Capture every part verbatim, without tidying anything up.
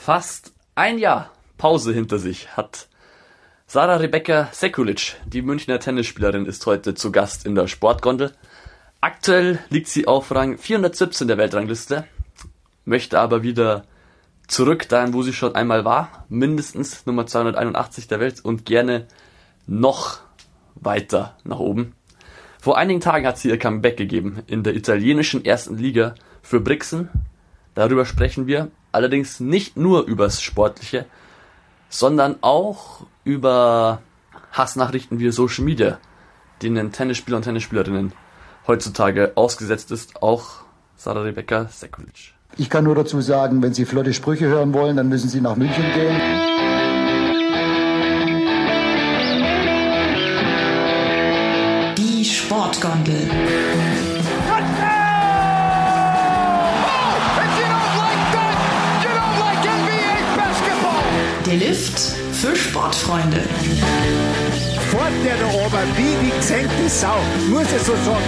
Fast ein Jahr Pause hinter sich hat Sarah Rebecca Sekulic, die Münchner Tennisspielerin, ist heute zu Gast in der Sportgondel. Aktuell liegt sie auf Rang vierhundertsiebzehn der Weltrangliste, möchte aber wieder zurück dahin, wo sie schon einmal war, mindestens Nummer zweihunderteinundachtzig der Welt und gerne noch weiter nach oben. Vor einigen Tagen hat sie ihr Comeback gegeben in der italienischen ersten Liga für Brixen. Darüber sprechen wir, allerdings nicht nur übers Sportliche, sondern auch über Hassnachrichten wie Social Media, denen Tennisspieler und Tennisspielerinnen heutzutage ausgesetzt ist, auch Sarah Rebecca Sekulic. Ich kann nur dazu sagen, wenn Sie flotte Sprüche hören wollen, dann müssen Sie nach München gehen. Die Sportgondel. Der Lift für Sportfreunde. Fort der da oben, wie die gesenkte Sau, muss ich so sagen.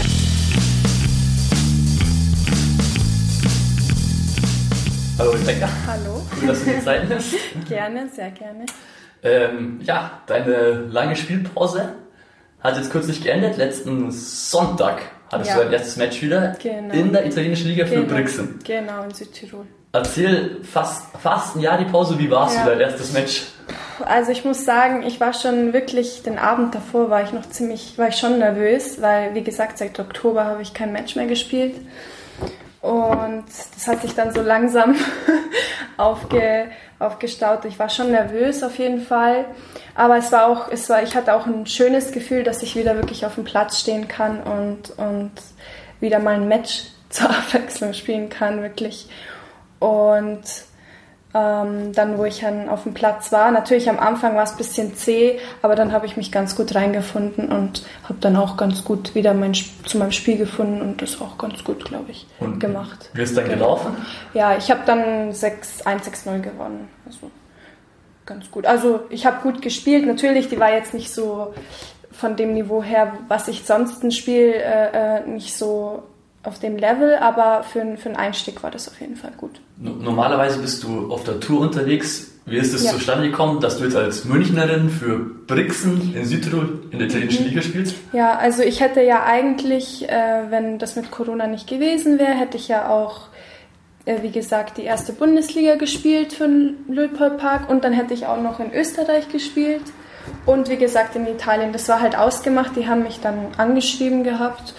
Hallo Rebecca. Hallo. Cool, dass du dir Zeit nimmst. Gerne, sehr gerne. Ähm, ja, deine lange Spielpause hat jetzt kürzlich geendet. Letzten Sonntag hattest ja. du dein erstes Match wieder genau. in der italienischen Liga für genau. Brixen. Genau, in Südtirol. Erzähl, fast, fast ein Jahr die Pause, wie war es ja. für dein erstes Match? Also ich muss sagen, ich war schon wirklich, den Abend davor war ich noch ziemlich, war ich schon nervös, weil wie gesagt, seit Oktober habe ich kein Match mehr gespielt. Und das hat sich dann so langsam aufge, aufgestaut. Ich war schon nervös auf jeden Fall. Aber es war auch, es war, ich hatte auch ein schönes Gefühl, dass ich wieder wirklich auf dem Platz stehen kann und, und wieder mal ein Match zur Abwechslung spielen kann, wirklich. Und ähm, dann, wo ich dann auf dem Platz war, natürlich am Anfang war es ein bisschen zäh, aber dann habe ich mich ganz gut reingefunden und habe dann auch ganz gut wieder mein, zu meinem Spiel gefunden und das auch ganz gut, glaube ich, und gemacht. Wie ist dann gelaufen? Ja, ich habe dann sechs eins sechs null gewonnen, also ganz gut. Also ich habe gut gespielt, natürlich, die war jetzt nicht so von dem Niveau her, was ich sonst ein Spiel äh, nicht so auf dem Level, aber für, für einen Einstieg war das auf jeden Fall gut. Normalerweise bist du auf der Tour unterwegs. Wie ist es ja. zustande gekommen, dass du jetzt als Münchnerin für Brixen in Südtirol in der italienischen mhm. Liga spielst? Ja, also ich hätte ja eigentlich, äh, wenn das mit Corona nicht gewesen wäre, hätte ich ja auch, äh, wie gesagt, die erste Bundesliga gespielt für den Luitpold-Park und dann hätte ich auch noch in Österreich gespielt und wie gesagt in Italien. Das war halt ausgemacht, die haben mich dann angeschrieben gehabt.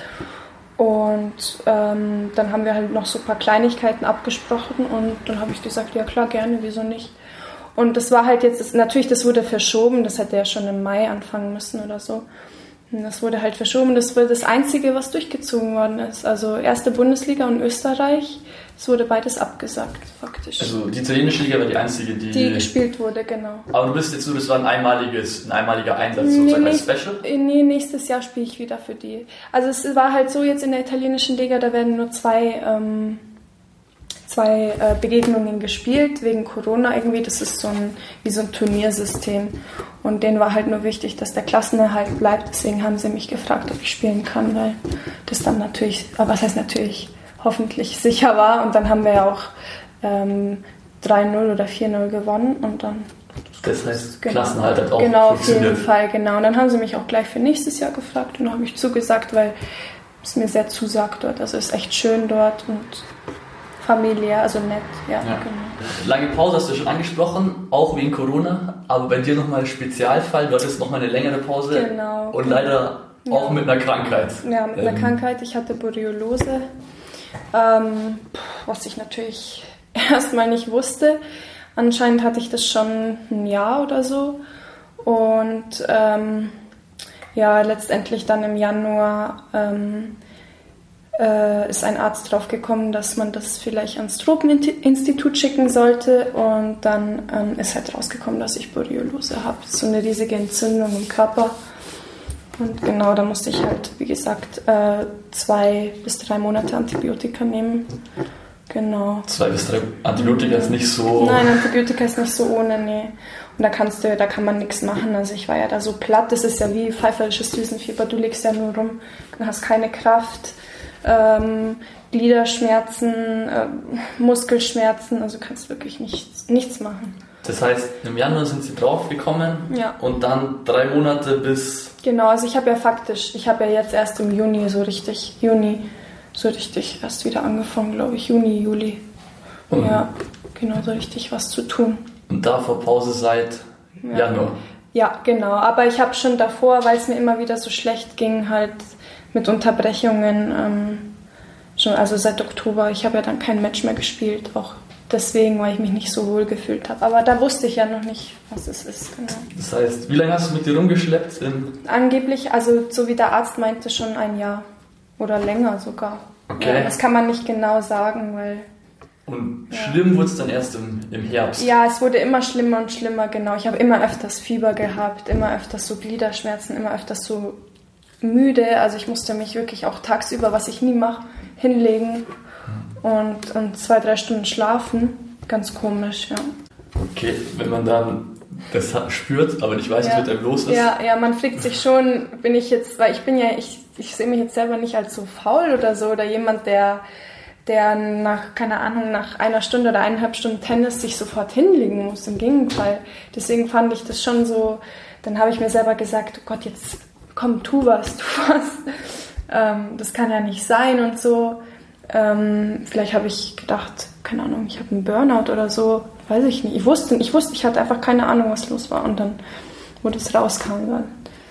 Und ähm, dann haben wir halt noch so ein paar Kleinigkeiten abgesprochen und dann habe ich gesagt, ja klar, gerne, wieso nicht. Und das war halt jetzt, das, natürlich, das wurde verschoben, das hätte ja schon im Mai anfangen müssen oder so. Und das wurde halt verschoben, das war das Einzige, was durchgezogen worden ist. Also erste Bundesliga und Österreich, es wurde beides abgesagt, faktisch. Also die italienische Liga war die einzige, die... Die gespielt wurde, genau. Aber du bist jetzt so, das war ein einmaliges, ein einmaliger Einsatz, nee, sozusagen als Special? Nee, nächstes Jahr spiele ich wieder für die. Also es war halt so jetzt in der italienischen Liga, da werden nur zwei, ähm, zwei äh, Begegnungen gespielt, wegen Corona irgendwie. Das ist so ein, wie so ein Turniersystem. Und denen war halt nur wichtig, dass der Klassenerhalt bleibt. Deswegen haben sie mich gefragt, ob ich spielen kann, weil das dann natürlich, aber was heißt natürlich, hoffentlich sicher war. Und dann haben wir ja auch ähm, drei null oder vier null gewonnen und dann... Das heißt, genau, Klassenerhalt hat auch genau, funktioniert. Auf jeden Fall, genau. Und dann haben sie mich auch gleich für nächstes Jahr gefragt und dann habe ich zugesagt, weil es mir sehr zusagt dort. Also es ist echt schön dort und familiär, also nett. Ja, ja. Genau. Lange Pause hast du schon angesprochen, auch wegen Corona, aber bei dir nochmal ein Spezialfall. Du hattest nochmal eine längere Pause genau, und genau. leider auch ja. mit einer Krankheit. Ja, mit ähm. einer Krankheit. Ich hatte Borreliose, ähm, was ich natürlich erstmal nicht wusste. Anscheinend hatte ich das schon ein Jahr oder so und ähm, ja, letztendlich dann im Januar ähm, äh, ist ein Arzt drauf gekommen, dass man das vielleicht ans Tropeninstitut schicken sollte und dann ähm, ist halt rausgekommen, dass ich Borreliose habe. So eine riesige Entzündung im Körper und genau, da musste ich halt, wie gesagt, äh, zwei bis drei Monate Antibiotika nehmen. Genau. Zwei bis drei Antibiotika ist nicht so... Nein, Antibiotika ist nicht so ohne, nee. Und da kannst du, da kann man nichts machen. Also ich war ja da so platt, das ist ja wie pfeiferisches Düsenfieber. Du liegst ja nur rum, du hast keine Kraft. Ähm, Gliederschmerzen, äh, Muskelschmerzen, also kannst wirklich nichts, nichts machen. Das heißt, im Januar sind sie draufgekommen Ja. und dann drei Monate bis... Genau, also ich habe ja faktisch, ich habe ja jetzt erst im Juni so richtig, Juni so richtig erst wieder angefangen, glaube ich, Juni, Juli. Mhm. Ja, genau, so richtig was zu tun. Und davor Pause seit Ja. Januar. Ja, genau, aber ich habe schon davor, weil es mir immer wieder so schlecht ging, halt mit Unterbrechungen, ähm, schon, also seit Oktober, ich habe ja dann kein Match mehr gespielt, auch deswegen, weil ich mich nicht so wohl gefühlt habe. Aber da wusste ich ja noch nicht, was es ist, genau. Das heißt, wie lange hast du mit dir rumgeschleppt? In Angeblich, also so wie der Arzt meinte, schon ein Jahr oder länger sogar. Okay. Ja, das kann man nicht genau sagen, weil... Und schlimm wurde es dann erst im, im Herbst. Ja, es wurde immer schlimmer und schlimmer, genau. Ich habe immer öfters Fieber gehabt, immer öfters so Gliederschmerzen, immer öfters so müde. Also ich musste mich wirklich auch tagsüber, was ich nie mache, hinlegen und, und zwei, drei Stunden schlafen. Ganz komisch, ja. Okay, wenn man dann das hat- spürt, aber nicht weiß, was Ja. mit einem los ist. Ja, ja, man fragt sich schon, bin ich jetzt, weil ich bin ja, ich, ich sehe mich jetzt selber nicht als so faul oder so, oder jemand, der, der nach, keine Ahnung, nach einer Stunde oder eineinhalb Stunden Tennis sich sofort hinlegen muss. Im Gegenteil. Deswegen fand ich das schon so, dann habe ich mir selber gesagt, oh Gott, jetzt komm, tu was, tu was. Ähm, das kann ja nicht sein und so. Ähm, vielleicht habe ich gedacht, keine Ahnung, ich habe einen Burnout oder so, weiß ich nicht. Ich wusste, ich wusste, ich hatte einfach keine Ahnung, was los war. Und dann, wo das rauskam, dann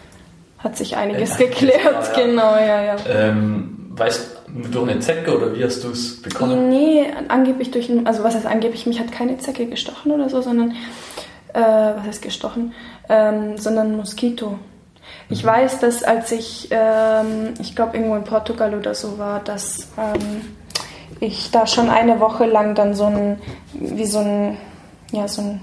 hat sich einiges Ja, geklärt. ja. Genau, ja, ja. Ähm, weißt du, durch eine Zecke oder wie hast du es bekommen? Nee, angeblich durch ein, also was heißt angeblich, mich hat keine Zecke gestochen oder so, sondern, äh, was heißt gestochen, ähm, sondern ein Moskito. Ich weiß, dass als ich, ähm, ich glaube irgendwo in Portugal oder so war, dass ähm, ich da schon eine Woche lang dann so ein, wie so ein, ja so ein,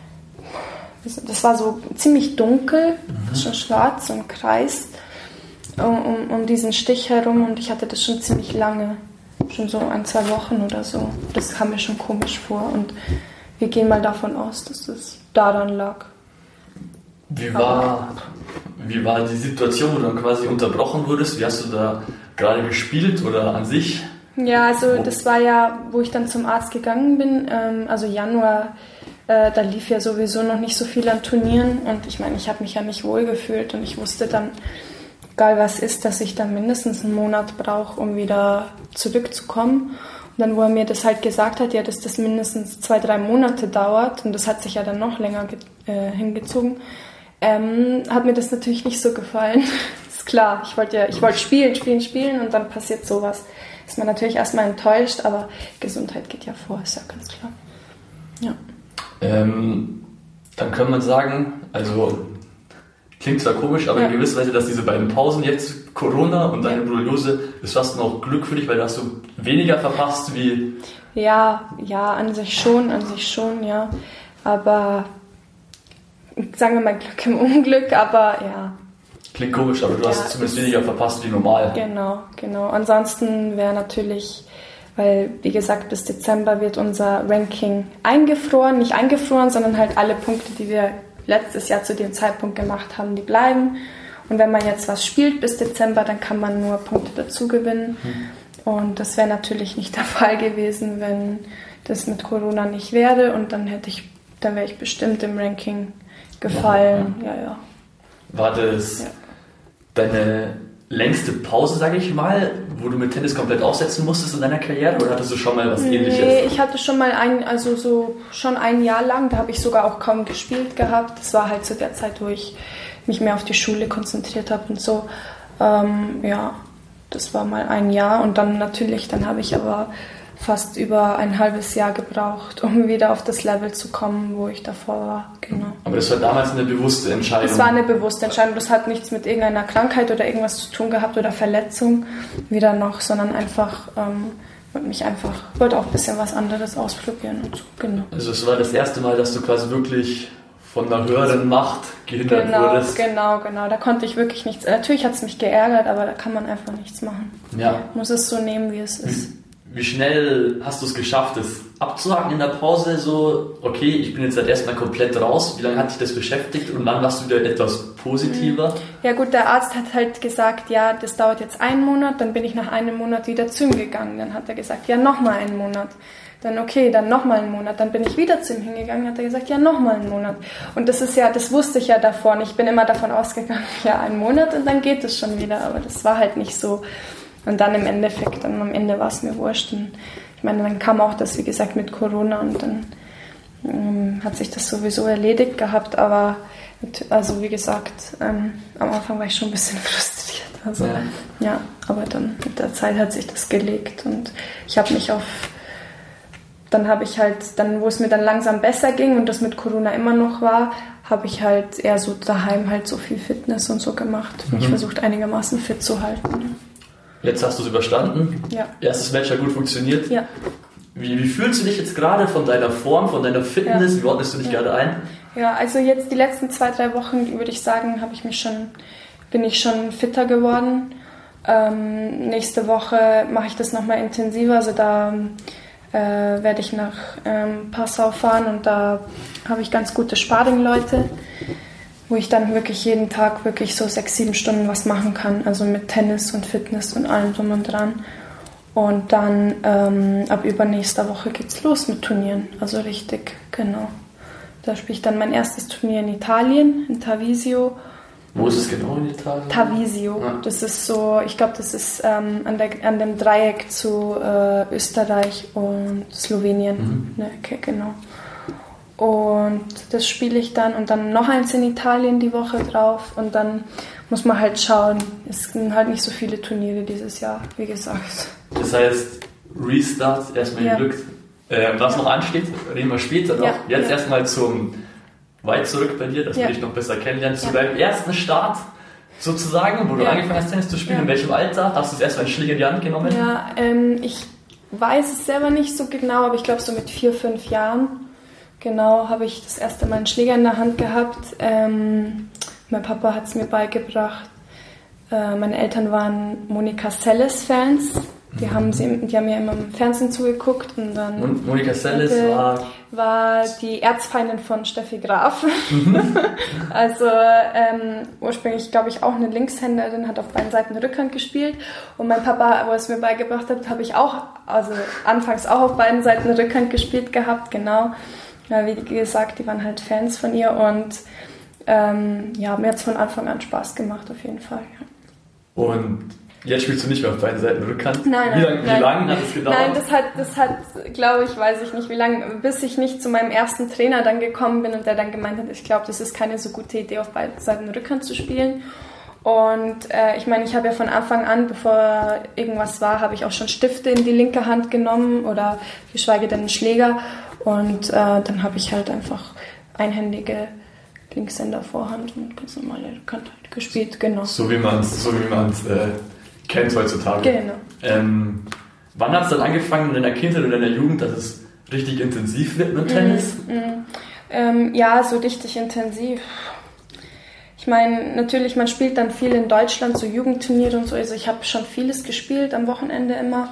das war so ziemlich dunkel, mhm. schon schwarz, so ein Kreis um, um, um diesen Stich herum und ich hatte das schon ziemlich lange, schon so ein, zwei Wochen oder so. Das kam mir schon komisch vor und wir gehen mal davon aus, dass es daran lag. Wie war, wie war die Situation, wo du dann quasi unterbrochen wurdest? Wie hast du da gerade gespielt oder an sich? Ja, also das war ja, wo ich dann zum Arzt gegangen bin, ähm, also Januar, äh, da lief ja sowieso noch nicht so viel an Turnieren und ich meine, ich habe mich ja nicht wohl gefühlt und ich wusste dann, egal was ist, dass ich dann mindestens einen Monat brauche, um wieder zurückzukommen. Und dann, wo er mir das halt gesagt hat, ja, dass das mindestens zwei, drei Monate dauert und das hat sich ja dann noch länger ge- äh, hingezogen, ähm, hat mir das natürlich nicht so gefallen. Ist klar, ich wollte ja, ich wollte spielen, spielen, spielen und dann passiert sowas. Ist man natürlich erstmal enttäuscht, aber Gesundheit geht ja vor, ist ja ganz klar. Ja. Ähm, dann kann man sagen, also klingt zwar komisch, aber ja. in gewisser Weise, dass diese beiden Pausen jetzt, Corona und deine Borreliose, ist fast noch Glück für dich, weil da hast du weniger verpasst wie... Ja, ja, an sich schon, an sich schon, ja. Aber sagen wir mal Glück im Unglück, aber ja. Klingt komisch, aber du Ja, hast zumindest weniger verpasst wie normal. Genau, genau. Ansonsten wäre natürlich, weil wie gesagt, bis Dezember wird unser Ranking eingefroren, nicht eingefroren, sondern halt alle Punkte, die wir letztes Jahr zu dem Zeitpunkt gemacht haben, die bleiben. Und wenn man jetzt was spielt bis Dezember, dann kann man nur Punkte dazu gewinnen. Hm. Und das wäre natürlich nicht der Fall gewesen, wenn das mit Corona nicht wäre. Und dann hätte ich, dann wäre ich bestimmt im Ranking gefallen. Ja, ja. ja. War das ja. deine längste Pause, sage ich mal, wo du mit Tennis komplett aufsetzen musstest in deiner Karriere, oder hattest du schon mal was Ähnliches? Nee, ich hatte schon mal ein, also so schon ein Jahr lang, da habe ich sogar auch kaum gespielt gehabt. Das war halt zu der Zeit, wo ich mich mehr auf die Schule konzentriert habe und so. Ähm, ja, das war mal ein Jahr und dann natürlich, dann habe ich aber fast über ein halbes Jahr gebraucht, um wieder auf das Level zu kommen, wo ich davor war. Genau. Aber das war damals eine bewusste Entscheidung? Das war eine bewusste Entscheidung. Das hat nichts mit irgendeiner Krankheit oder irgendwas zu tun gehabt oder Verletzung wieder noch, sondern einfach, ähm, wollte mich einfach, wollte auch ein bisschen was anderes ausprobieren und so. Genau. Also es war das erste Mal, dass du quasi wirklich von einer höheren Macht gehindert genau, wurdest? Genau, genau. Da konnte ich wirklich nichts. Natürlich hat es mich geärgert, aber da kann man einfach nichts machen. Ja. Muss es so nehmen, wie es ist. wie schnell hast du es geschafft, das abzuhaken in der Pause? So, okay, ich bin jetzt halt erstmal komplett raus. Wie lange hat dich das beschäftigt und dann warst du wieder etwas positiver? Ja gut, der Arzt hat halt gesagt, ja, das dauert jetzt einen Monat. Dann bin ich nach einem Monat wieder zu ihm gegangen. Dann hat er gesagt, ja, nochmal einen Monat. Dann okay, dann nochmal einen Monat. Dann bin ich wieder zu ihm hingegangen, hat er gesagt, ja, nochmal einen Monat. Und das ist ja, das wusste ich ja davor nicht. Ich bin immer davon ausgegangen, ja, einen Monat und dann geht es schon wieder. Aber das war halt nicht so. Und dann im Endeffekt, dann am Ende war es mir wurscht. Und ich meine, dann kam auch das, wie gesagt, mit Corona und dann ähm, hat sich das sowieso erledigt gehabt. Aber, also wie gesagt, ähm, am Anfang war ich schon ein bisschen frustriert. Also, ja. ja, aber dann mit der Zeit hat sich das gelegt und ich habe mich auf, dann habe ich halt, dann wo es mir dann langsam besser ging und das mit Corona immer noch war, habe ich halt eher so daheim halt so viel Fitness und so gemacht. Mhm. Ich versucht einigermaßen fit zu halten. Jetzt hast du es überstanden. Ja. Erstes Match hat gut funktioniert. Ja. Wie, wie fühlst du dich jetzt gerade von deiner Form, von deiner Fitness? Ja. Wie ordnest du dich ja. gerade ein? Ja, also jetzt die letzten zwei, drei Wochen, würde ich sagen, habe ich mich schon, bin ich schon fitter geworden. Ähm, nächste Woche mache ich das nochmal intensiver. Also da äh, werde ich nach ähm, Passau fahren und da habe ich ganz gute Sparring-Leute, wo ich dann wirklich jeden Tag wirklich so sechs, sieben Stunden was machen kann, also mit Tennis und Fitness und allem drum und dran. Und dann ähm, ab übernächster Woche geht's los mit Turnieren, also richtig, genau. Da spiele ich dann mein erstes Turnier in Italien, in Tarvisio. Wo ist es genau in Italien? Tarvisio, ja. Das ist so, ich glaube, das ist ähm, an, der, an dem Dreieck zu äh, Österreich und Slowenien, mhm. ne, okay, genau. Und das spiele ich dann und dann noch eins in Italien die Woche drauf und dann muss man halt schauen. Es sind halt nicht so viele Turniere dieses Jahr, wie gesagt. Das heißt, Restart erstmal ja. Glück. Äh, was ja. noch ansteht, reden wir später noch. Ja. Jetzt ja. erstmal zum weit zurück bei dir, dass ja. wir dich noch besser kennenlernen. Zu ja. deinem ersten Start sozusagen, wo du ja. angefangen hast, Tennis zu spielen. Ja. In welchem Alter? Hast du das erstmal einen Schläger in die Hand genommen? Ja, ähm, ich weiß es selber nicht so genau, aber ich glaube so mit vier, fünf Jahren. Genau, habe ich das erste Mal einen Schläger in der Hand gehabt. Ähm, mein Papa hat es mir beigebracht. Äh, meine Eltern waren Monika Seles-Fans. Die, mhm. haben sie, die haben mir immer im Fernsehen zugeguckt. Und dann und Monika Seles war? War die Erzfeindin von Steffi Graf. Mhm. Also ähm, ursprünglich, glaube ich, auch eine Linkshänderin, hat auf beiden Seiten Rückhand gespielt. Und mein Papa, wo er es mir beigebracht hat, habe ich auch, also anfangs auch auf beiden Seiten Rückhand gespielt gehabt, genau. Ja, wie gesagt, die waren halt Fans von ihr und ähm, ja, mir hat es von Anfang an Spaß gemacht, auf jeden Fall. Ja. Und jetzt spielst du nicht mehr auf beiden Seiten Rückhand? Nein, nein. Wie lange nein. lang hat es gedauert? Nein, das hat, das hat, glaube ich, weiß ich nicht, wie lange, bis ich nicht zu meinem ersten Trainer dann gekommen bin und der dann gemeint hat, ich glaube, das ist keine so gute Idee, auf beiden Seiten Rückhand zu spielen. Und äh, ich meine, ich habe ja von Anfang an, bevor irgendwas war, habe ich auch schon Stifte in die linke Hand genommen oder geschweige denn einen Schläger. Und äh, dann habe ich halt einfach einhändige Linkshänder Vorhand und ganz normale Rückhand halt gespielt, genau. So wie man es so wie man's, äh, kennt heutzutage. Genau. Ähm, wann hat es dann angefangen in deiner Kindheit oder in deiner Jugend, dass es richtig intensiv wird mit Tennis? Mm, mm, ähm, ja, so richtig intensiv. Ich meine, natürlich, man spielt dann viel in Deutschland, so Jugendturniere und so. Also ich habe schon vieles gespielt am Wochenende immer.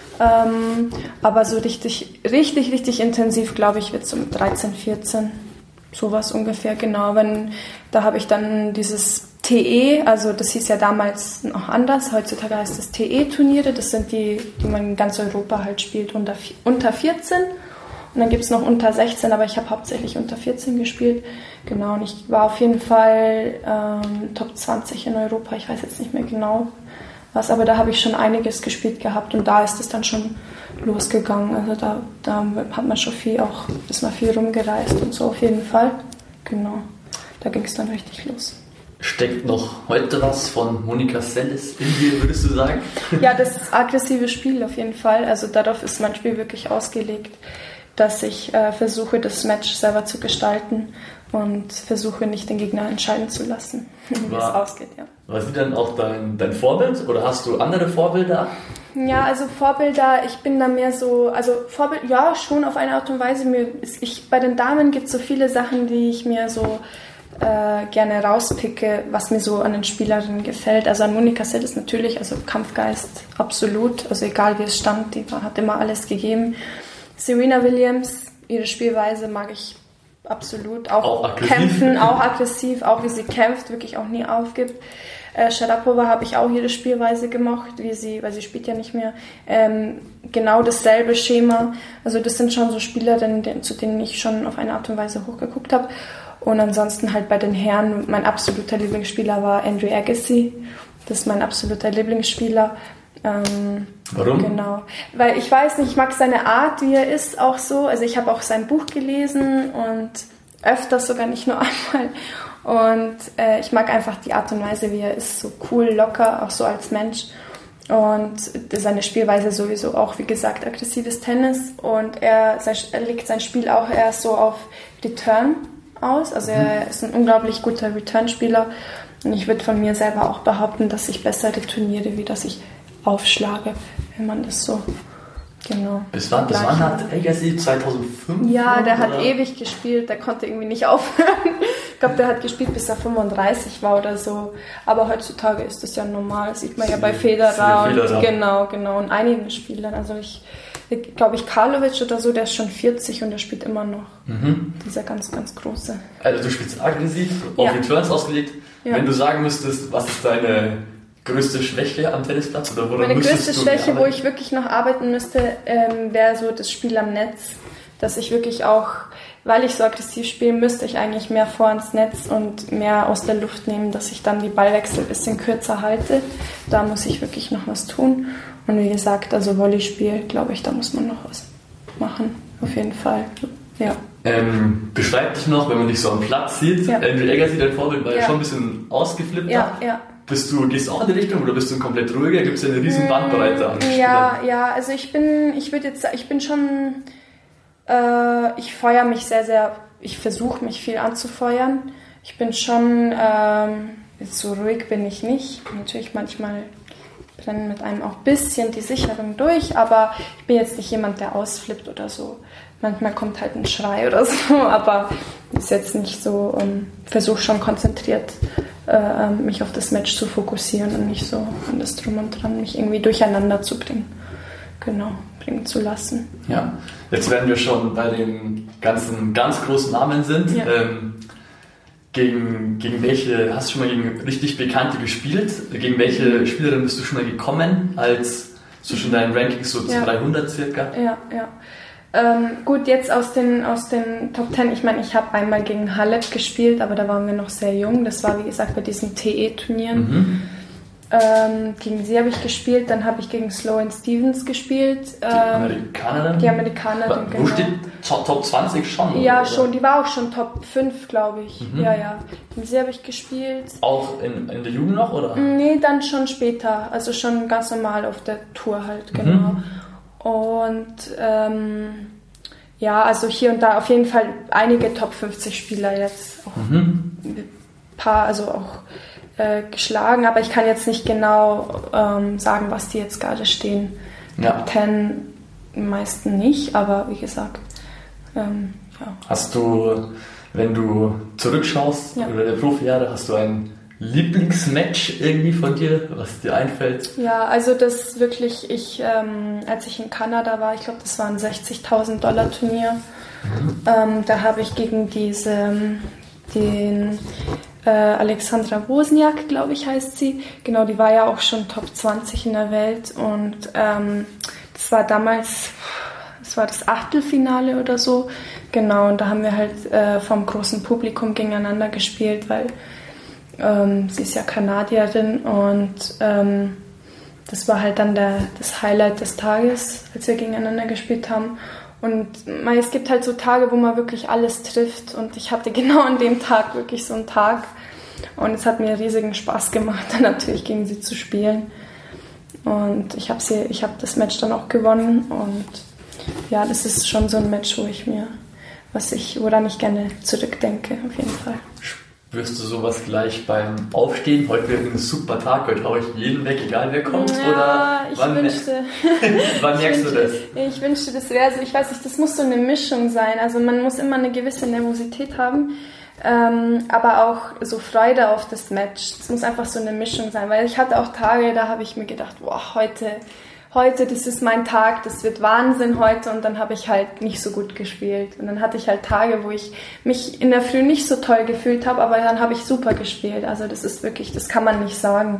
Ähm, aber so richtig, richtig, richtig intensiv, glaube ich, wird es um dreizehn, vierzehn, sowas ungefähr, genau. Wenn, da habe ich dann dieses T E, also das hieß ja damals noch anders, heutzutage heißt es T E-Turniere, das sind die, die man in ganz Europa halt spielt, unter, unter vierzehn. Und dann gibt es noch unter sechzehn, aber ich habe hauptsächlich unter vierzehn gespielt. Genau, und ich war auf jeden Fall ähm, Top zwanzig in Europa, ich weiß jetzt nicht mehr genau was, aber da habe ich schon einiges gespielt gehabt und da ist es dann schon losgegangen. Also da, da hat man schon viel auch, ist man viel rumgereist und so auf jeden Fall. Genau, da ging es dann richtig los. Steckt noch heute was von Monika Seles in dir, würdest du sagen? Ja, das aggressive Spiel auf jeden Fall. Also darauf ist mein Spiel wirklich ausgelegt, dass ich äh, versuche, das Match selber zu gestalten und versuche nicht den Gegner entscheiden zu lassen, wie es ausgeht. Ja. War sie dann auch dein, dein Vorbild oder hast du andere Vorbilder? Ja, also Vorbilder, ich bin da mehr so, also Vorbild, ja, schon auf eine Art und Weise. Mir ist, ich, bei den Damen gibt es so viele Sachen, die ich mir so äh, gerne rauspicke, was mir so an den Spielerinnen gefällt. Also an Monika Seles natürlich, also Kampfgeist absolut, also egal wie es stand, die war, hat immer alles gegeben. Serena Williams, ihre Spielweise mag ich absolut, auch, auch kämpfen, auch aggressiv, auch wie sie kämpft, wirklich auch nie aufgibt. Äh, Sharapova habe ich auch ihre Spielweise gemocht, wie sie, weil sie spielt ja nicht mehr, ähm, genau dasselbe Schema. Also das sind schon so Spielerinnen, zu denen ich schon auf eine Art und Weise hochgeguckt habe. Und ansonsten halt bei den Herren, mein absoluter Lieblingsspieler war Andre Agassi. Das ist mein absoluter Lieblingsspieler. Ähm, Warum? Genau, weil ich weiß nicht, ich mag seine Art, wie er ist, auch so. Also ich habe auch sein Buch gelesen und öfters sogar, nicht nur einmal. Und äh, ich mag einfach die Art und Weise, wie er ist, so cool, locker, auch so als Mensch. Und seine Spielweise sowieso auch, wie gesagt, aggressives Tennis. Und er, er legt sein Spiel auch eher so auf Return aus. Also mhm. er ist ein unglaublich guter Return-Spieler. Und ich würde von mir selber auch behaupten, dass ich besser returniere, wie dass ich aufschlage, wenn man das so... Genau. Bis wann, bis wann hat Agassi? zweitausendfünf? Ja, der hat oder? ewig gespielt, der konnte irgendwie nicht aufhören. Ich glaube, der hat gespielt, bis er fünfunddreißig war oder so. Aber heutzutage ist das ja normal, das sieht man ja bei Federer und Federer. genau, genau, und einigen Spielern. Also ich glaube, ich Karlovic oder so, der ist schon vierzig und der spielt immer noch. Mhm. Dieser ganz, ganz große. Also du spielst aggressiv, auf ja. Returns ausgelegt. Ja. Wenn du sagen müsstest, was ist deine größte Schwäche am Tennisplatz? Oder Meine größte Schwäche, wo ich wirklich noch arbeiten müsste, ähm, wäre so das Spiel am Netz. Dass ich wirklich auch, weil ich so aggressiv spielen müsste, ich eigentlich mehr vor ans Netz und mehr aus der Luft nehmen, dass ich dann die Ballwechsel ein bisschen kürzer halte. Da muss ich wirklich noch was tun. Und wie gesagt, also Volleyspiel, glaube ich, da muss man noch was machen. Auf jeden Fall. Ja. Ähm, beschreib dich noch, wenn man dich so am Platz sieht. Ja. Andre Agassi, dein Vorbild, war ja. ja schon ein bisschen ausgeflippt. Ja, ja. Bist du, gehst du auch in die Richtung oder bist du komplett ruhiger? Gibt es ja eine riesen Bandbreite an Spielern? Ja, ja, also ich bin, ich würde jetzt sagen, ich bin schon, äh, ich feuere mich sehr, sehr, ich versuche mich viel anzufeuern. Ich bin schon, ähm, jetzt so ruhig bin ich nicht. Natürlich manchmal brennen mit einem auch ein bisschen die Sicherung durch, aber ich bin jetzt nicht jemand, der ausflippt oder so. Manchmal kommt halt ein Schrei oder so, aber ist jetzt nicht so, ähm, versuche schon konzentriert äh, mich auf das Match zu fokussieren und nicht so an das Drum und Dran, mich irgendwie durcheinander zu bringen. Genau, bringen zu lassen. Ja, jetzt werden wir schon bei den ganzen ganz großen Namen sind. Ja. Ähm, gegen, gegen welche, hast du schon mal gegen richtig Bekannte gespielt? Gegen welche Spielerin bist du schon mal gekommen, als so schon dein Ranking so ja. dreihundert circa? Ja, ja. Ähm, gut, jetzt aus den, aus den Top Ten, ich meine, ich habe einmal gegen Halep gespielt, aber da waren wir noch sehr jung. Das war, wie gesagt, bei diesen T E-Turnieren. Mhm. Ähm, gegen sie habe ich gespielt, dann habe ich gegen Sloane Stevens gespielt. Die ähm, Amerikanerin? Die Amerikanerin, Wo genau. steht Top zwanzig schon? Ja, oder? schon, die war auch schon Top fünf, glaube ich. Mhm. Ja, ja. Gegen sie habe ich gespielt. Auch in, in der Jugend noch, oder? Nee, dann schon später, also schon ganz normal auf der Tour halt, genau. Mhm. Und ähm, ja, also hier und da auf jeden Fall einige Top fünfzig Spieler jetzt. Auch mhm. ein paar, also auch äh, geschlagen, aber ich kann jetzt nicht genau ähm, sagen, was die jetzt gerade stehen. Ja. Top zehn die meisten nicht, aber wie gesagt, ähm, ja. Hast du, wenn du zurückschaust, ja. über der Profijahre, hast du ein Lieblingsmatch irgendwie von dir, was dir einfällt? Ja, also das wirklich, ich, ähm, als ich in Kanada war, ich glaube, das war ein sechzigtausend Dollar Turnier, mhm. ähm, da habe ich gegen diese, den äh, Alexandra Wozniak, glaube ich, heißt sie, genau, die war ja auch schon Top zwanzig in der Welt und ähm, das war damals, das war das Achtelfinale oder so, genau, und da haben wir halt äh, vom großen Publikum gegeneinander gespielt, weil Ähm, sie ist ja Kanadierin und ähm, das war halt dann der, das Highlight des Tages, als wir gegeneinander gespielt haben. Und man, es gibt halt so Tage, wo man wirklich alles trifft und ich hatte genau an dem Tag wirklich so einen Tag und es hat mir riesigen Spaß gemacht, dann natürlich gegen sie zu spielen. Und ich habe sie, ich habe das Match dann auch gewonnen und ja, das ist schon so ein Match, wo ich mir, was ich, woran ich gerne zurückdenke, auf jeden Fall. Wirst du sowas gleich beim Aufstehen? Heute wird ein super Tag, heute haue ich jeden weg, egal wer kommt? Ja, oder ich wann, wünschte. wann merkst ich du das? Ich wünschte, das wäre so, ich weiß nicht, das muss so eine Mischung sein. Also man muss immer eine gewisse Nervosität haben, ähm, aber auch so Freude auf das Match. Es muss einfach so eine Mischung sein, weil ich hatte auch Tage, da habe ich mir gedacht, boah, heute... Heute, das ist mein Tag, das wird Wahnsinn heute, und dann habe ich halt nicht so gut gespielt. Und dann hatte ich halt Tage, wo ich mich in der Früh nicht so toll gefühlt habe, aber dann habe ich super gespielt. Also das ist wirklich, das kann man nicht sagen.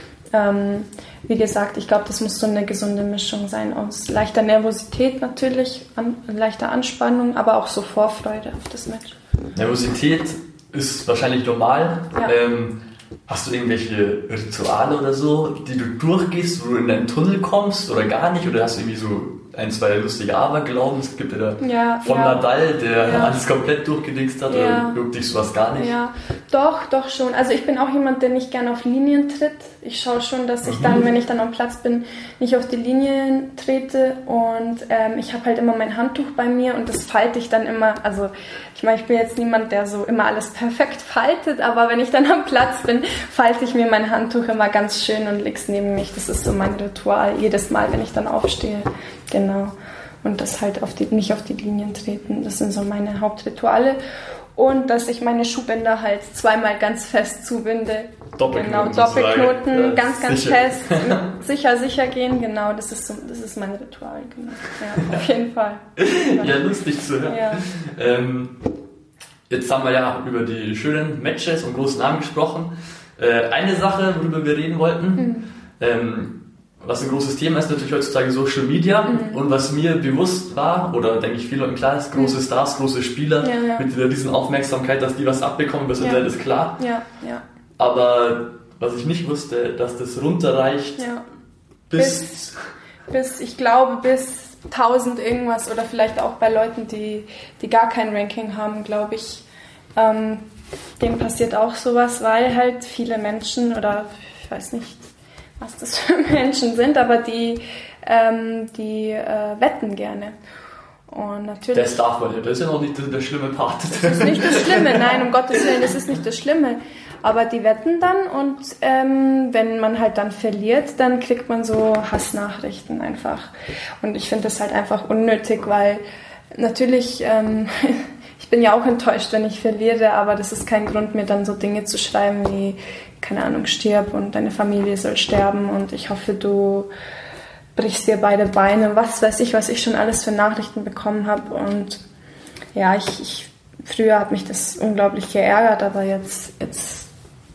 Ähm, wie gesagt, ich glaube, das muss so eine gesunde Mischung sein aus leichter Nervosität natürlich, an, leichter Anspannung, aber auch so Vorfreude auf das Match. Nervosität ist wahrscheinlich normal. Ja. Ähm, Hast du irgendwelche Rituale oder so, die du durchgehst, wo du in deinen Tunnel kommst oder gar nicht? Oder hast du irgendwie so ein, zwei lustige Aberglauben? Es gibt ja da Ja, von ja. Nadal, der Ja. alles komplett durchgedingst hat, Ja. oder juckt dich sowas gar nicht? Ja, doch, doch schon. Also ich bin auch jemand, der nicht gerne auf Linien tritt. Ich schaue schon, dass ich dann, wenn ich dann am Platz bin, nicht auf die Linien trete. Und ähm, ich habe halt immer mein Handtuch bei mir und das falte ich dann immer. Also ich meine, ich bin jetzt niemand, der so immer alles perfekt faltet, aber wenn ich dann am Platz bin, falte ich mir mein Handtuch immer ganz schön und leg's neben mich. Das ist so mein Ritual, jedes Mal, wenn ich dann aufstehe. Genau. Und das halt auf die, nicht auf die Linien treten. Das sind so meine Hauptrituale. Und dass ich meine Schuhbänder halt zweimal ganz fest zubinde. Doppelknoten. Genau, Doppelknoten, Ja, ganz, ganz sicher. fest. sicher, sicher gehen, genau. Das ist, so, das ist mein Ritual, genau. Ja, auf jeden Fall. Ja, lustig zu hören. Ja. Ähm, jetzt haben wir ja über die schönen Matches und großen Namen gesprochen. Äh, eine Sache, worüber wir reden wollten, Mhm. ähm, was ein großes Thema ist, natürlich heutzutage Social Media. Mhm. Und was mir bewusst war, oder denke ich vielen Leuten klar ist, große Stars, große Spieler Ja, ja. mit dieser riesen Aufmerksamkeit, dass die was abbekommen, das Ja. Internet ist klar. Ja, ja. Aber was ich nicht wusste, dass das runterreicht Ja. bis... Bis, bis, ich glaube, bis tausend irgendwas oder vielleicht auch bei Leuten, die, die gar kein Ranking haben, glaube ich, ähm, dem passiert auch sowas, weil halt viele Menschen oder ich weiß nicht, was das für Menschen sind, aber die, ähm, die äh, wetten gerne. Und natürlich. Das darf man ja, das ist ja noch nicht der, der schlimme Part. Das ist nicht das Schlimme, nein, um Gottes Willen, das ist nicht das Schlimme. Aber die wetten dann und ähm, wenn man halt dann verliert, dann kriegt man so Hassnachrichten einfach. Und ich finde das halt einfach unnötig, weil natürlich, ähm, ich bin ja auch enttäuscht, wenn ich verliere, aber das ist kein Grund, mir dann so Dinge zu schreiben wie, keine Ahnung, stirb und deine Familie soll sterben und ich hoffe, du brichst dir beide Beine, was weiß ich, was ich schon alles für Nachrichten bekommen habe. Und ja, ich, ich früher hat mich das unglaublich geärgert, aber jetzt, jetzt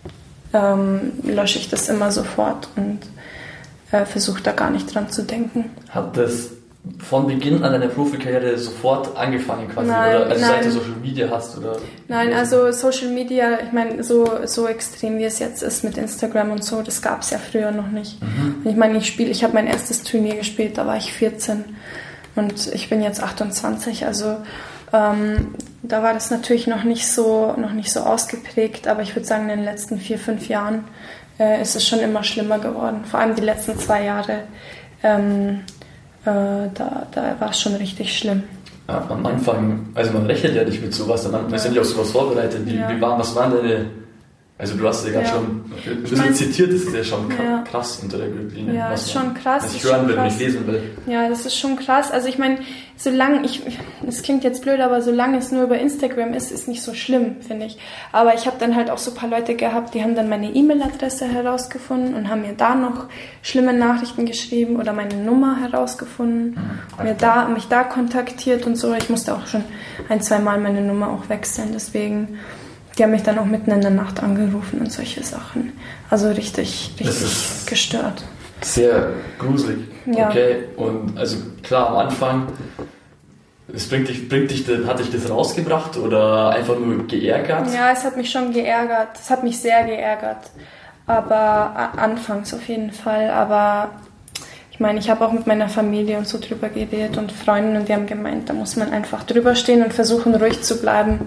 ähm, lösche ich das immer sofort und äh, versuche da gar nicht dran zu denken. Hat das von Beginn an deiner Profikarriere sofort angefangen quasi? Nein, oder also seit nein. du Social Media hast? Oder? Nein, also Social Media, ich meine, so, so extrem wie es jetzt ist mit Instagram und so, das gab es ja früher noch nicht. Mhm. Und ich meine, ich spiele, ich habe mein erstes Turnier gespielt, da war ich vierzehn und ich bin jetzt achtundzwanzig, also ähm, da war das natürlich noch nicht so, noch nicht so ausgeprägt, aber ich würde sagen, in den letzten vier, fünf Jahren äh, ist es schon immer schlimmer geworden. Vor allem die letzten zwei Jahre, ähm, äh, da, da war es schon richtig schlimm. Ja, am Anfang, also man rechnet ja nicht mit sowas, man ja. ist ja nicht auf sowas vorbereitet. Wie, Ja. wie war, was waren deine, also du hast ja gerade Ja. schon ein bisschen Ich mein, zitiert, das ist ja schon ja. krass unter der Gürtellinie. Ja, was ist man, schon krass, Was ich ist hören schon will, wenn krass. ich lesen will. Ja, das ist schon krass. Also ich meine, solange ich, das klingt jetzt blöd, aber solange es nur über Instagram ist, ist nicht so schlimm, finde ich. Aber ich habe dann halt auch so ein paar Leute gehabt, die haben dann meine E-Mail-Adresse herausgefunden und haben mir da noch schlimme Nachrichten geschrieben oder meine Nummer herausgefunden, mhm. mir da, mich da kontaktiert und so. Ich musste auch schon ein, zwei Mal meine Nummer auch wechseln, deswegen... Die haben mich dann auch mitten in der Nacht angerufen und solche Sachen. Also richtig, richtig gestört. Sehr gruselig. Ja. Okay, und also klar, am Anfang, es bringt dich, bringt dich, hat dich das rausgebracht oder einfach nur geärgert? Ja, es hat mich schon geärgert. Es hat mich sehr geärgert. Aber anfangs auf jeden Fall. Aber ich meine, ich habe auch mit meiner Familie und so drüber geredet und Freunden und die haben gemeint, da muss man einfach drüber stehen und versuchen, ruhig zu bleiben.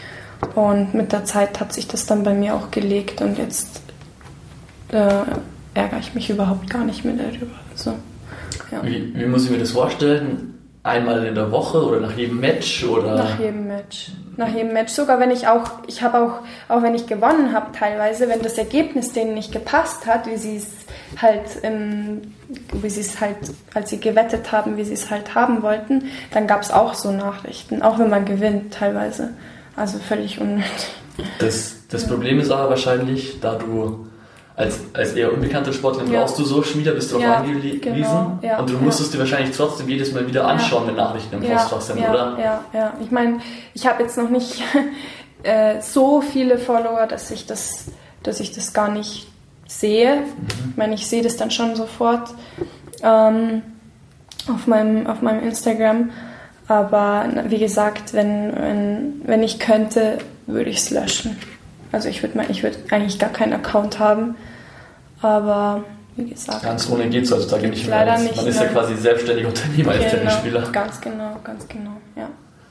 Und mit der Zeit hat sich das dann bei mir auch gelegt und jetzt äh, ärgere ich mich überhaupt gar nicht mehr darüber. So, ja. wie, wie muss ich mir das vorstellen? einmal in der Woche oder nach jedem Match? Oder? Nach jedem Match. Nach jedem Match. Sogar wenn ich auch, ich habe auch, auch wenn ich gewonnen habe teilweise, wenn das Ergebnis denen nicht gepasst hat, wie sie es halt, ähm, wie sie es halt, als sie gewettet haben, wie sie es halt haben wollten, dann gab es auch so Nachrichten, auch wenn man gewinnt teilweise. Also völlig unnötig. Das, das ja. Problem ist aber wahrscheinlich, da du als, als eher unbekannter Sportler ja. brauchst du Social Media, bist du ja, auch angewiesen genau, ja, und du musstest ja. dir wahrscheinlich trotzdem jedes Mal wieder anschauen, ja. wenn Nachrichten im ja, Postfach sind, ja, oder? Ja, ja. Ich meine, ich habe jetzt noch nicht äh, so viele Follower, dass ich das, dass ich das gar nicht sehe. Mhm. Ich meine, ich sehe das dann schon sofort ähm, auf meinem, auf meinem Instagram. Aber wie gesagt, wenn, wenn, wenn ich könnte, würde ich es löschen. Also ich würde ich würd eigentlich gar keinen Account haben. Aber wie gesagt... Ganz ohne geht es heutzutage nicht mehr. Leider Man nicht, ist ja quasi selbstständiger Unternehmer als genau, Tennisspieler. Ganz genau, ganz genau, ja.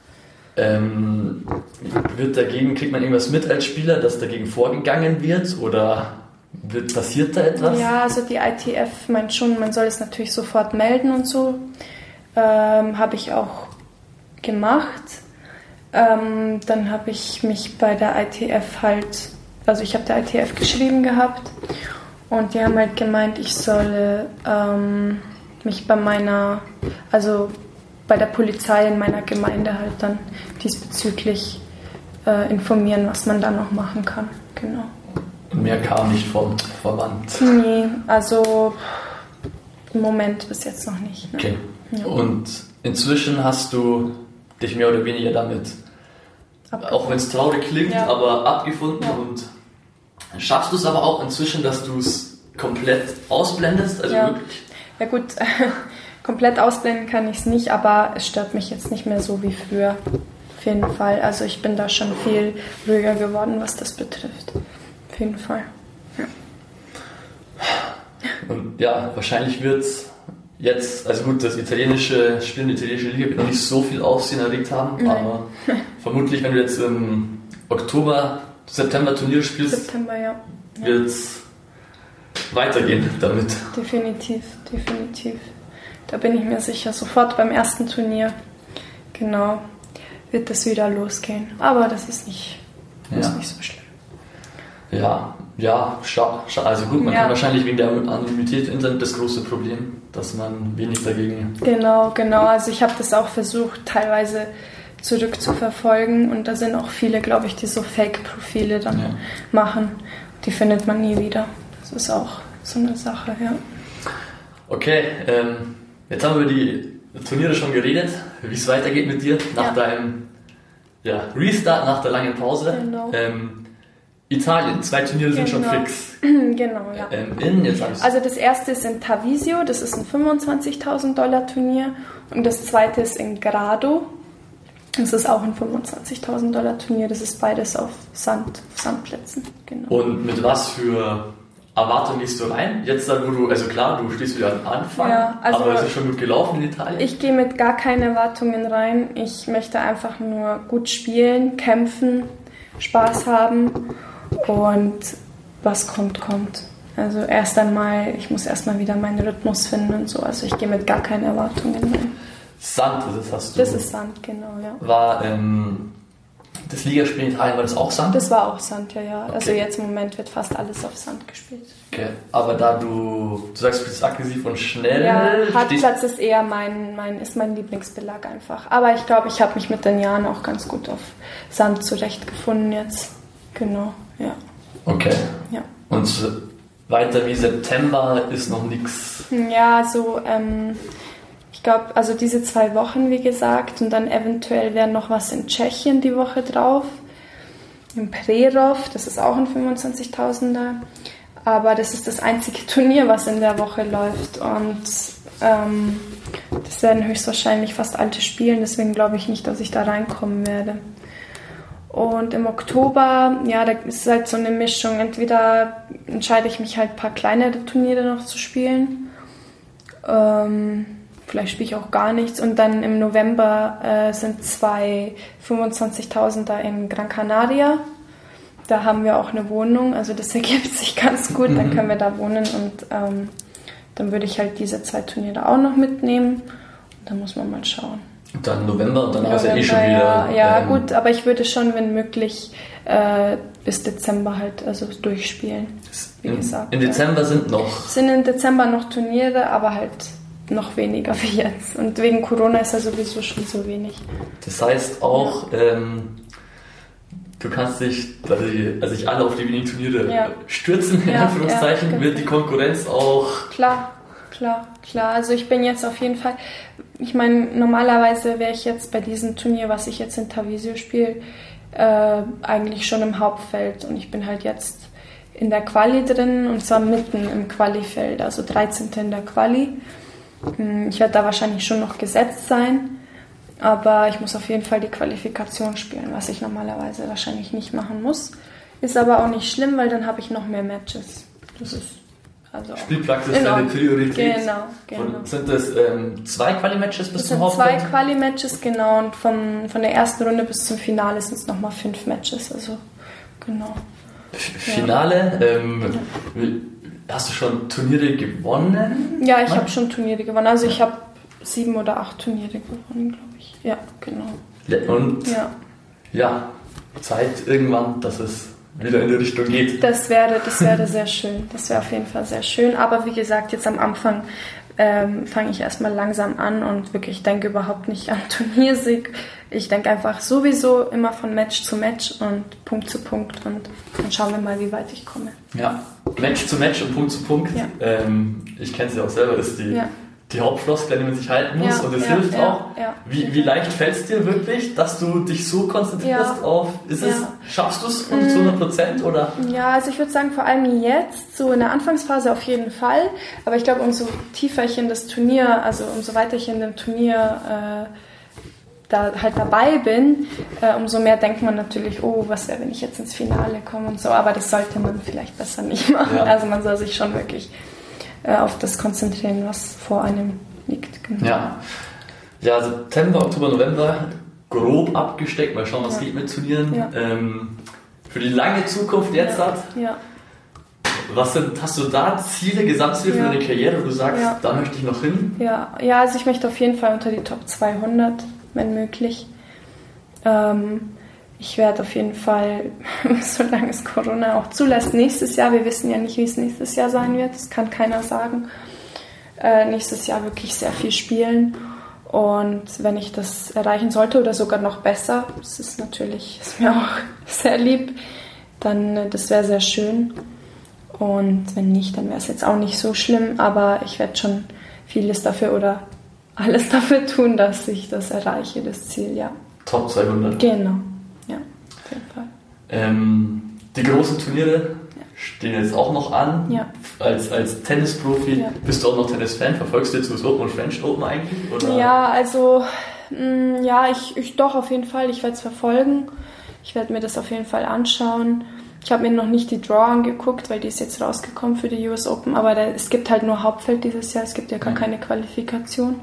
Ähm, wird dagegen, kriegt man irgendwas mit als Spieler, dass dagegen vorgegangen wird? Oder wird, passiert da etwas? Ja, also die I T F meint schon, man soll es natürlich sofort melden und so. Ähm, habe ich auch gemacht. Ähm, dann habe ich mich bei der I T F halt, also ich habe der I T F geschrieben gehabt und die haben halt gemeint, ich solle ähm, mich bei meiner, also bei der Polizei in meiner Gemeinde halt dann diesbezüglich äh, informieren, was man da noch machen kann. Genau. Und mehr kam nicht vom Verband? Nee, also im Moment bis jetzt noch nicht. Ne? Okay. Ja. Und inzwischen hast du dich mehr oder weniger damit, abgefunden. Auch wenn es traurig klingt, ja. aber abgefunden. Ja. Und schaffst du es aber auch inzwischen, dass du es komplett ausblendest? Also ja. wirklich? Ja gut, komplett ausblenden kann ich es nicht, aber es stört mich jetzt nicht mehr so wie früher. Auf jeden Fall. Also ich bin da schon viel ruhiger geworden, was das betrifft. Auf jeden Fall. Ja. Und ja, wahrscheinlich wird es jetzt, also gut, das italienische Spiel in der italienischen Liga wird noch nicht so viel Aufsehen erregt haben, Nein. aber vermutlich, wenn du jetzt im Oktober, September Turnier spielst, September, ja. ja. wird es weitergehen damit. Definitiv, definitiv. Da bin ich mir sicher, sofort beim ersten Turnier, genau, wird das wieder losgehen. Aber das ist nicht, ja. ist nicht so schlimm. Ja, ja, scha- scha- also gut, man ja. kann wahrscheinlich wegen der Anonymität im Internet das große Problem, dass man wenig dagegen... Genau, genau, also ich habe das auch versucht, teilweise zurückzuverfolgen und da sind auch viele, glaube ich, die so Fake-Profile dann ja. machen. Die findet man nie wieder. Das ist auch so eine Sache, ja. Okay, ähm, jetzt haben wir über die Turniere schon geredet, wie es weitergeht mit dir nach ja. deinem ja, Restart, nach der langen Pause. Genau. Ähm, Italien, zwei Turniere genau. sind schon fix. Genau, ja. Ähm, in, jetzt also das erste ist in Tarvisio, das ist ein fünfundzwanzigtausend Dollar Turnier und das zweite ist in Grado, das ist auch ein fünfundzwanzigtausend Dollar Turnier, das ist beides auf Sand, auf Sandplätzen. Genau. Und mit was für Erwartungen gehst du rein? Jetzt dann, wo du, also klar, du stehst wieder am Anfang, ja, also aber es ist schon gut gelaufen in Italien. Ich gehe mit gar keinen Erwartungen rein, ich möchte einfach nur gut spielen, kämpfen, Spaß haben. Und was kommt, kommt. Also erst einmal, ich muss erstmal wieder meinen Rhythmus finden und so. Also ich gehe mit gar keinen Erwartungen rein. Sand, das hast du. Das ist Sand, genau, ja. War ähm, das Ligaspiel in Italien, war das auch Sand? Das war auch Sand, ja, ja. Okay. Also jetzt im Moment wird fast alles auf Sand gespielt. Okay, aber da du, du sagst, du bist aggressiv und schnell. Ja, Hartplatz ist eher mein, mein, ist mein Lieblingsbelag einfach. Aber ich glaube, ich habe mich mit den Jahren auch ganz gut auf Sand zurechtgefunden jetzt. Genau, ja. Okay. Ja. Und weiter wie September ist noch nichts? Ja, so, ähm, ich glaube, also diese zwei Wochen, wie gesagt, und dann eventuell wäre noch was in Tschechien die Woche drauf. In Prerov, das ist auch ein fünfundzwanzigtausender. Aber das ist das einzige Turnier, was in der Woche läuft. Und ähm, das werden höchstwahrscheinlich fast alte spielen, deswegen glaube ich nicht, dass ich da reinkommen werde. Und im Oktober, ja, da ist halt so eine Mischung. Entweder entscheide ich mich halt ein paar kleinere Turniere noch zu spielen. Ähm, vielleicht spiele ich auch gar nichts. Und dann im November äh, sind zwei fünfundzwanzigtausender in Gran Canaria. Da haben wir auch eine Wohnung, also das ergibt sich ganz gut. Dann können wir da wohnen und ähm, dann würde ich halt diese zwei Turniere auch noch mitnehmen. da muss man mal schauen. Und dann November und danach Ja, ist ja eh schon ja, wieder... ja ähm, gut, aber ich würde schon, wenn möglich, äh, bis Dezember halt also durchspielen, wie im, gesagt. Im Dezember ja. sind noch... Es sind im Dezember noch Turniere, aber halt noch weniger wie jetzt. Und wegen Corona ist ja sowieso schon so wenig. Das heißt auch, ja. ähm, du kannst dich, also sich also alle auf die wenigen Turniere ja. stürzen, in ja, Anführungszeichen, ja, wird die Konkurrenz auch... Klar, klar, klar. Also ich bin jetzt auf jeden Fall... Ich meine, normalerweise wäre ich jetzt bei diesem Turnier, was ich jetzt in Tarvisio spiele, äh, eigentlich schon im Hauptfeld. Und ich bin halt jetzt in der Quali drin und zwar mitten im Qualifeld, also dreizehnte in der Quali. Ich werde da wahrscheinlich schon noch gesetzt sein, aber ich muss auf jeden Fall die Qualifikation spielen, was ich normalerweise wahrscheinlich nicht machen muss. Ist aber auch nicht schlimm, weil dann habe ich noch mehr Matches. Das ist also Spielpraxis ist deine Priorität. Genau, genau. Und sind das ähm, zwei Quali-Matches bis das zum sind Hauptfeld? Zwei Quali-Matches, genau. Und vom, von der ersten Runde bis zum Finale sind es nochmal fünf Matches. Also, genau. Finale? Ja. Ähm, hast du schon Turniere gewonnen? Ja, ich habe schon Turniere gewonnen. Also, ich habe sieben oder acht Turniere gewonnen, glaube ich. Ja, genau. Und ja. ja, Zeit irgendwann, dass es wieder in die Richtung geht. Das wäre, das wäre sehr schön. Das wäre auf jeden Fall sehr schön. Aber wie gesagt, jetzt am Anfang ähm, fange ich erstmal langsam an und wirklich denke überhaupt nicht an Turniersieg. Ich denke einfach sowieso immer von Match zu Match und Punkt zu Punkt und dann schauen wir mal, wie weit ich komme. Ja, Match zu Match und Punkt zu Punkt. Ja. Ähm, ich kenne sie auch selber, ist die... Ja. Die Hauptfloskel, an die man sich halten muss, ja, und es ja, hilft ja, auch. Ja. Wie, wie leicht fällt es dir wirklich, dass du dich so konzentrierst ja, auf, ist es, ja. schaffst du es zu hundert Prozent oder? Ja, also ich würde sagen, vor allem jetzt, so in der Anfangsphase auf jeden Fall, aber ich glaube, umso tiefer ich in das Turnier, also umso weiter ich in dem Turnier äh, da halt dabei bin, äh, umso mehr denkt man natürlich, oh, was wäre, wenn ich jetzt ins Finale komme und so, aber das sollte man vielleicht besser nicht machen. Ja. Also man soll sich schon wirklich auf das konzentrieren, was vor einem liegt. Genau. Ja. ja, September, Oktober, November grob abgesteckt, mal schauen, was ja. geht mit Turnieren. Ja. Ähm, für die lange Zukunft jetzt ja. hat. Ja. Was sind, hast du da Ziele, Gesamtziele ja. für deine Karriere, wo du sagst, ja. da möchte ich noch hin? Ja. ja, also ich möchte auf jeden Fall unter die Top zweihundert, wenn möglich. Ähm, Ich werde auf jeden Fall, solange es Corona auch zulässt, nächstes Jahr, wir wissen ja nicht, wie es nächstes Jahr sein wird, das kann keiner sagen, äh, nächstes Jahr wirklich sehr viel spielen. Und wenn ich das erreichen sollte oder sogar noch besser, das ist natürlich, ist mir auch sehr lieb, dann das wäre sehr schön. Und wenn nicht, dann wäre es jetzt auch nicht so schlimm, aber ich werde schon vieles dafür oder alles dafür tun, dass ich das erreiche, das Ziel, ja. Top zweihundert. Genau. Ja, auf jeden Fall. Ähm, die großen Turniere ja. stehen jetzt auch noch an. Ja. Als, als Tennisprofi, ja. bist du auch noch Tennis-Fan? Verfolgst du jetzt U S Open und French Open eigentlich? Oder? Ja, also, mh, ja, ich, ich doch auf jeden Fall. Ich werde es verfolgen. Ich werde mir das auf jeden Fall anschauen. Ich habe mir noch nicht die Draw angeguckt, weil die ist jetzt rausgekommen für die U S Open. Aber da, es gibt halt nur Hauptfeld dieses Jahr. Es gibt ja gar mhm. keine Qualifikation.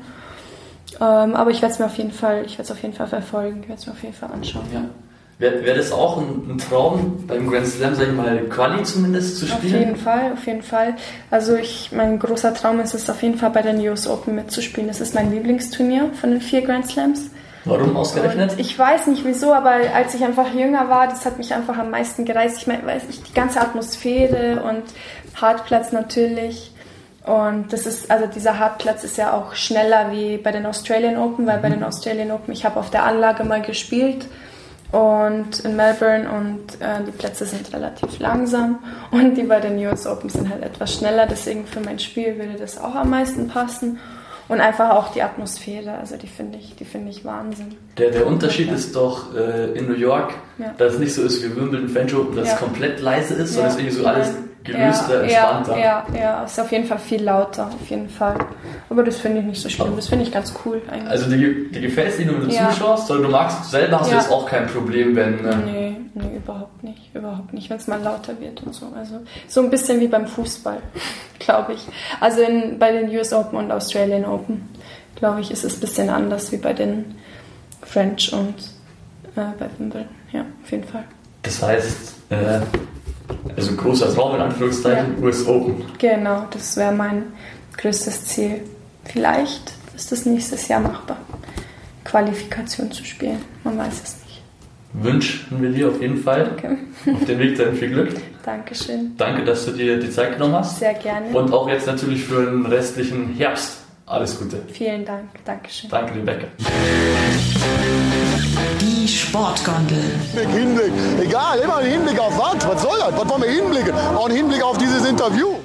Ähm, aber ich werde es mir auf jeden Fall, ich werde es auf jeden Fall verfolgen. Ich werde es mir auf jeden Fall anschauen. Ja. Wäre wär das auch ein, ein Traum, beim Grand Slam, sag ich mal, Quali zumindest zu spielen? Auf jeden Fall, auf jeden Fall. Also ich, mein großer Traum ist es auf jeden Fall bei den U S Open mitzuspielen. Das ist mein Lieblingsturnier von den vier Grand Slams. Warum ausgerechnet? Und ich weiß nicht wieso, aber als ich einfach jünger war, das hat mich einfach am meisten gereizt. Ich meine, weiß nicht, die ganze Atmosphäre und Hartplatz natürlich. Und das ist, also dieser Hartplatz ist ja auch schneller wie bei den Australian Open, weil mhm. bei den Australian Open, ich habe auf der Anlage mal gespielt und in Melbourne und äh, die Plätze sind relativ langsam und die bei den U S Open sind halt etwas schneller, deswegen für mein Spiel würde das auch am meisten passen. Und einfach auch die Atmosphäre, also die finde ich, die finde ich Wahnsinn. Der, der Unterschied ja. ist doch äh, in New York, ja. dass es nicht so ist wie Wimbledon, French Open, dass ja. es komplett leise ist, sondern ja. es ist irgendwie so alles gelöster, ja, entspannter. Ja, ja, ja, ist auf jeden Fall viel lauter, auf jeden Fall. Aber das finde ich nicht so schlimm, das finde ich ganz cool eigentlich. Also die, die gefällt es nicht nur, wenn du ja. zuschaust, sondern du magst selber, hast ja. du jetzt auch kein Problem, wenn... Äh nee, nee, überhaupt nicht, überhaupt nicht, wenn es mal lauter wird und so. Also so ein bisschen wie beim Fußball, glaube ich. Also in, bei den U S Open und Australian Open, glaube ich, ist es ein bisschen anders wie bei den French und äh, bei Wimbledon. Ja, auf jeden Fall. Das heißt, äh, also großer Traum in Anführungszeichen, ja. U S Open. Genau, das wäre mein größtes Ziel. Vielleicht ist das nächstes Jahr machbar, Qualifikation zu spielen. Man weiß es nicht. Wünschen wir dir auf jeden Fall. Danke. Auf den Weg dahin viel Glück. Dankeschön. Danke, dass du dir die Zeit genommen hast. Sehr gerne. Und auch jetzt natürlich für den restlichen Herbst. Alles Gute. Vielen Dank. Dankeschön. Danke, Rebecca. Die Sportgondel. Hinblick, Hinblick. Egal, immer ein Hinblick auf was? Was soll das? Was wollen wir hinblicken? Auch ein Hinblick auf dieses Interview.